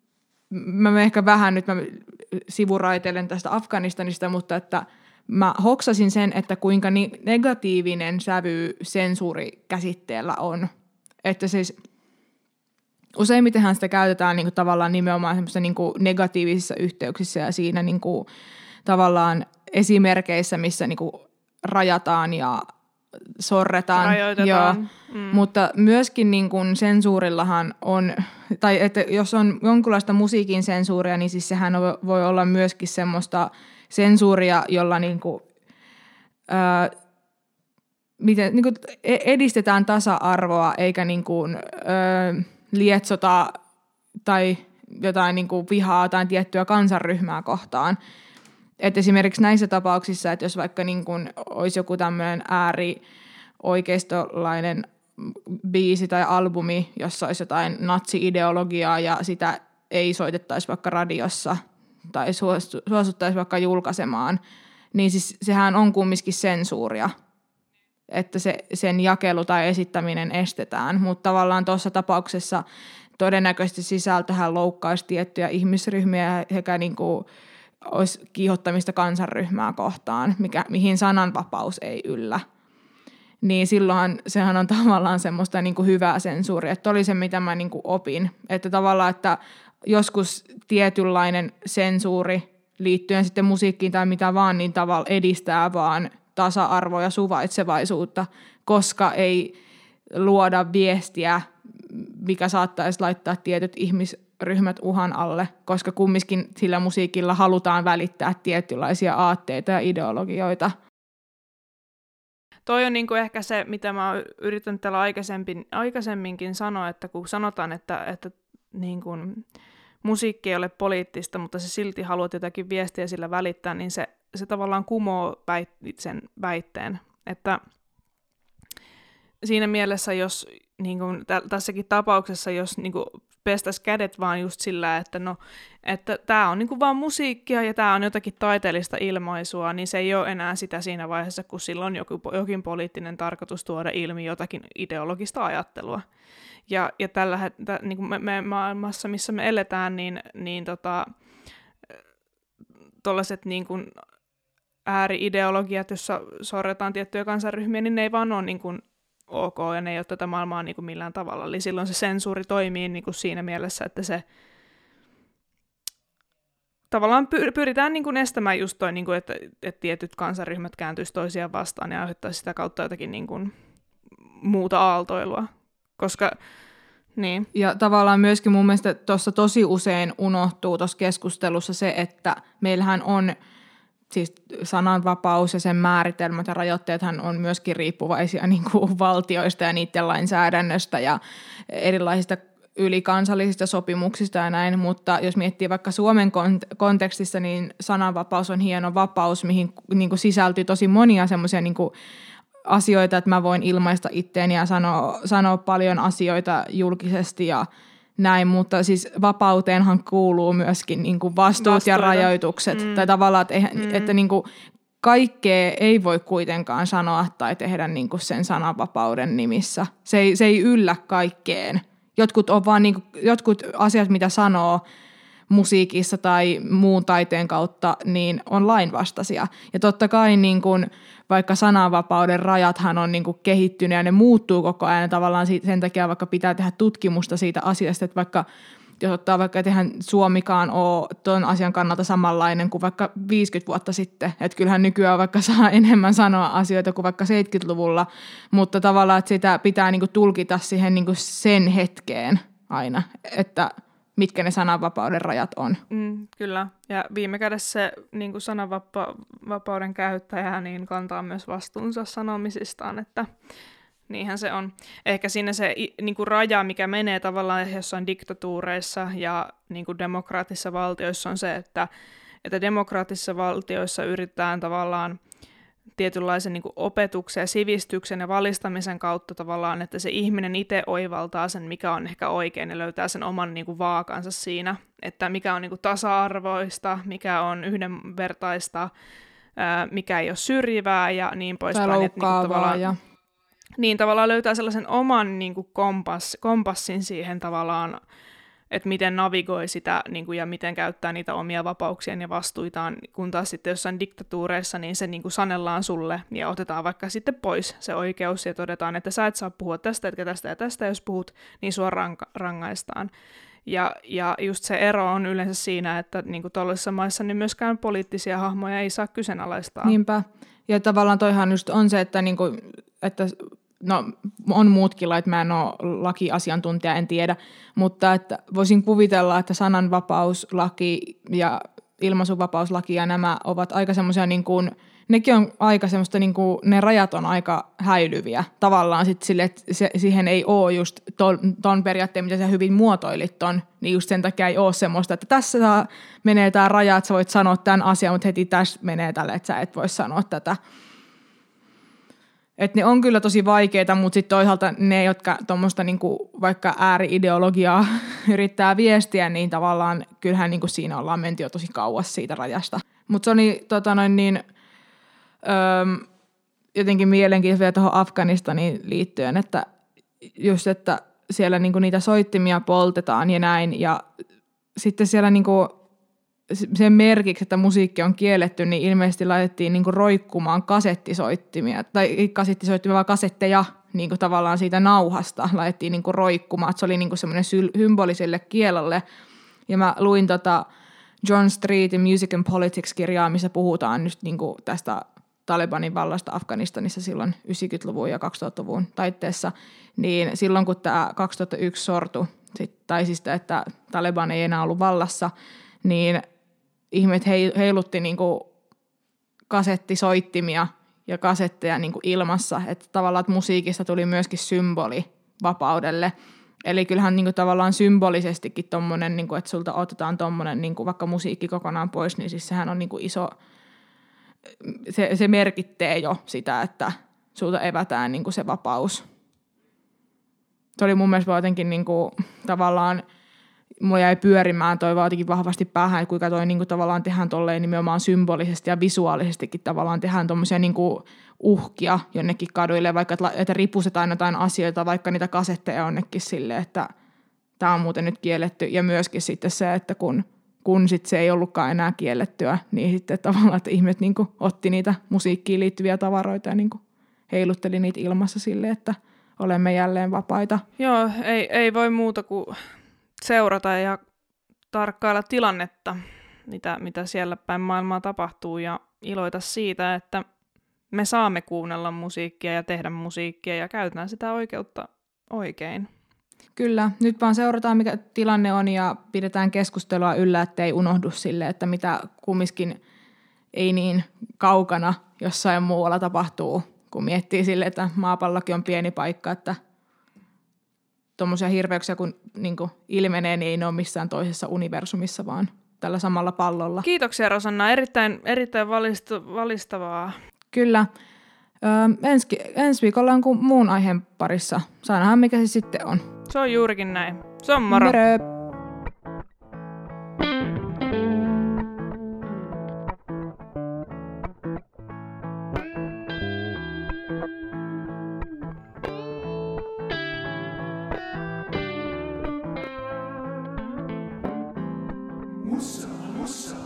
mä ehkä vähän nyt mä sivuraitelen tästä Afganistanista, mutta että mä hoksasin sen, että kuinka negatiivinen sävy sensuurikäsitteellä on. Että siis useimmitenhan sitä käytetään niin kuin tavallaan nimenomaan semmoisissa niin kuin negatiivisissa yhteyksissä ja siinä niin kuin tavallaan esimerkeissä, missä niin kuin rajataan ja sorretaan. Rajoitetaan. Joo. Mm. Mutta myöskin niin kuin sensuurillahan on, tai että jos on jonkunlaista musiikin sensuuria, niin siis sehän voi olla myöskin semmoista sensuuria, jolla niin kuin, ää, miten niin kuin edistetään tasa-arvoa eikä niin kuin, ö, lietsota tai jotain niin kuin vihaa tai tiettyä kansanryhmää kohtaan. Et esimerkiksi näissä tapauksissa, että jos vaikka niin kuin olisi joku tämmöinen äärioikeistolainen biisi tai albumi, jossa olisi jotain natsi-ideologiaa ja sitä ei soitettaisi vaikka radiossa tai suostuttaisi vaikka julkaisemaan, niin siis sehän on kumminkin sensuuria, että se, sen jakelu tai esittäminen estetään, mutta tavallaan tuossa tapauksessa todennäköisesti sisältöhän loukkaisi tiettyjä ihmisryhmiä sekä niin kuin olisi kiihottamista kansanryhmää kohtaan, mikä, mihin sananvapaus ei yllä. Niin silloin sehän on tavallaan semmoista niin kuin hyvää sensuuria, että oli se, mitä mä niin kuin opin. Että tavallaan, että joskus tietynlainen sensuuri liittyen sitten musiikkiin tai mitä vaan, niin tavallaan edistää vaan tasa-arvoa ja suvaitsevaisuutta, koska ei luoda viestiä, mikä saattaisi laittaa tietyt ihmisryhmät uhan alle, koska kumminkin sillä musiikilla halutaan välittää tietynlaisia aatteita ja ideologioita. Toi on niinku ehkä se, mitä mä oon yrittänyt täällä aikaisemminkin sanoa, että kun sanotaan, että, että niinku musiikki ei ole poliittista, mutta se silti haluat jotakin viestiä sillä välittää, niin se, se tavallaan kumoo väit- sen väitteen. Että siinä mielessä, jos niin kuin tässäkin tapauksessa, jos niin kuin pestäisi kädet vaan just sillä, että no, että tämä on niin kuin vaan musiikkia ja tämä on jotakin taiteellista ilmaisua, niin se ei ole enää sitä siinä vaiheessa, kun sillä on joku, jokin poliittinen tarkoitus tuoda ilmi jotakin ideologista ajattelua. Ja, ja tällä tä, niin kuin me, me maailmassa, missä me eletään, niin, niin tota, tuollaiset niin kuin ääri-ideologiat, joissa sorretaan tiettyjä kansanryhmiä, niin ne ei vaan ole niin kuin ok, ja ne ei ole tätä maailmaa niin kuin millään tavalla. Eli silloin se sensuuri toimii niin kuin siinä mielessä, että se tavallaan pyritään niin kuin estämään just toi, niin kuin, että, että tietyt kansanryhmät kääntyisivät toisiaan vastaan ja aiheuttaisi sitä kautta jotakin niin kuin muuta aaltoilua. Koska, niin. Ja tavallaan myöskin mun mielestä tuossa tosi usein unohtuu tuossa keskustelussa se, että meillähän on siis sananvapaus ja sen määritelmät ja rajoitteethan on myöskin riippuvaisia niin kuin valtioista ja niiden lainsäädännöstä ja erilaisista ylikansallisista sopimuksista ja näin, mutta jos miettii vaikka Suomen kont- kontekstissa, niin sananvapaus on hieno vapaus, mihin niin kuin sisältyy tosi monia semmoisia niin kuin asioita, että mä voin ilmaista itteeni ja sanoa, sanoa paljon asioita julkisesti ja näin, mutta siis vapauteenhan kuuluu myöskin niin kuin vastuut Vastuita. ja rajoitukset. Mm. Tai tavallaan, että, mm. että niin kuin kaikkea ei voi kuitenkaan sanoa tai tehdä niin kuin sen sananvapauden nimissä. Se ei, se ei yllä kaikkeen. Jotkut, on vaan niin kuin, jotkut asiat, mitä sanoo musiikissa tai muun taiteen kautta, niin on lainvastaisia. Ja totta kai niin kuin, vaikka sananvapauden rajathan on niin kuin kehittynyt ja ne muuttuu koko ajan tavallaan sen takia, vaikka pitää tehdä tutkimusta siitä asiasta, että vaikka jos ottaa vaikka, että eihän Suomikaan ole tuon asian kannalta samanlainen kuin vaikka viisikymmentä vuotta sitten. Että kyllähän nykyään vaikka saa enemmän sanoa asioita kuin vaikka seitsemänkymmentäluvulla, mutta tavallaan, että sitä pitää niin kuin tulkita siihen niin kuin sen hetkeen aina, että mitkä ne sananvapauden rajat on. Mm, kyllä, ja viime kädessä se niin kuin sananvapauden käyttäjä niin kantaa myös vastuunsa sanomisistaan, että niinhän se on. Ehkä siinä se niin kuin raja, mikä menee tavallaan jossain diktatuureissa ja niin kuin demokraattisissa valtioissa on se, että, että demokraattisissa valtioissa yritetään tavallaan tietynlaisen niin kuin opetuksen ja sivistyksen ja valistamisen kautta tavallaan, että se ihminen itse oivaltaa sen, mikä on ehkä oikein ja löytää sen oman niin kuin vaakansa siinä, että mikä on niin kuin tasa-arvoista, mikä on yhdenvertaista, ää, mikä ei ole syrjivää ja niin poispäin. Tai loukkaavaa ja niin tavallaan löytää sellaisen oman niin kuin kompass, kompassin siihen tavallaan, että miten navigoi sitä niin kuin, ja miten käyttää niitä omia vapauksien ja vastuitaan, kun taas sitten jossain diktatuureissa niin se niin kuin sanellaan sulle ja otetaan vaikka sitten pois se oikeus ja todetaan, että sä et saa puhua tästä, etkä tästä ja tästä, jos puhut, niin sua ranka- rangaistaan. Ja, ja just se ero on yleensä siinä, että niin kuin tuollaisissa maissa niin myöskään poliittisia hahmoja ei saa kyseenalaistaa. Niinpä. Ja tavallaan toihan just on se, että, niin kuin, että no on muutkin lait, mä en ole lakiasiantuntija, en tiedä, mutta että voisin kuvitella, että sananvapauslaki ja ilmaisuvapauslaki ja nämä ovat aika semmoisia niin kuin nekin on aika semmoista, niin kuin, ne rajat on aika häilyviä tavallaan sitten sille, että se, siihen ei ole just ton, ton periaatteen, mitä sä hyvin muotoilit ton, niin just sen takia ei ole semmoista, että tässä saa, menee tämä raja, että sä voit sanoa tämän asian, mutta heti tässä menee tälle, että sä et voi sanoa tätä. Että ne on kyllä tosi vaikeita, mutta sitten toisaalta ne, jotka tuommoista niinku vaikka ääri-ideologiaa yrittää viestiä, niin tavallaan kyllähän niinku siinä ollaan menty jo tosi kauas siitä rajasta. Mutta se oli tota noin niin, öö, jotenkin mielenkiintoista vielä tuohon Afganistaniin liittyen, että just, että siellä niinku niitä soittimia poltetaan ja näin, ja sitten siellä niinku sen merkiksi, että musiikki on kielletty, niin ilmeisesti laitettiin niinku roikkumaan kasettisoittimia, tai kasettisoittimia, vaan kasetteja niinku tavallaan siitä nauhasta laitettiin niinku roikkumaan. Se oli niinku semmoinen symboli sille kiellolle. Ja mä luin tota John Streetin Music and Politics-kirjaa, missä puhutaan nyt niinku tästä Talibanin vallasta Afganistanissa silloin yhdeksänkymmentäluvun ja kaksituhattaluvun taitteessa. Niin silloin, kun tämä kaksituhattayksi sortui, tai siis että Taliban ei enää ollut vallassa, niin ihmiset heilutti niinku kasettisoittimia ja kasetteja niinku ilmassa, että tavallaan että musiikista tuli myöskin symboli vapaudelle. Eli kyllähän niinku tavallaan symbolisestikin tommonen, niinku, että sulta otetaan tommonen niinku vaikka musiikki kokonaan pois, niin siis sehän on niinku iso, se, se merkittee jo sitä, että sulta evätään niinku se vapaus. Se oli mun mielestä jotenkin niinku, tavallaan, mulla jäi pyörimään toi vaan jotenkin vahvasti päähän, että kuinka toi niinku tavallaan tehdään tolleen nimenomaan symbolisesti ja visuaalisestikin tavallaan tehdään tommosia niinku uhkia jonnekin kaduille, vaikka että, että ripusetaan jotain asioita, vaikka niitä kasetteja jonnekin silleen, että tämä on muuten nyt kielletty. Ja myöskin sitten se, että kun, kun sit se ei ollutkaan enää kiellettyä, niin sitten tavallaan, että ihmiset niinku otti niitä musiikkiin liittyviä tavaroita ja niinku heilutteli niitä ilmassa silleen, että olemme jälleen vapaita. Joo, ei, ei voi muuta kuin seurata ja tarkkailla tilannetta, mitä, mitä siellä päin maailmaa tapahtuu, ja iloita siitä, että me saamme kuunnella musiikkia ja tehdä musiikkia ja käytetään sitä oikeutta oikein. Kyllä, nyt vaan seurataan mikä tilanne on ja pidetään keskustelua yllä, ettei unohdu sille, että mitä kumminkin ei niin kaukana jossain muualla tapahtuu, kun miettii sille, että maapallokin on pieni paikka, että tuommoisia hirveyksiä kun niin kuin ilmenee, niin ei ne ole missään toisessa universumissa, vaan tällä samalla pallolla. Kiitoksia Rosanna, erittäin, erittäin valistu, valistavaa. Kyllä. Öö, ensi, ensi viikolla on kuin muun aiheen parissa. Saanahan mikä se sitten on. Se on juurikin näin. Se on moro. Mörö. Musa, musa.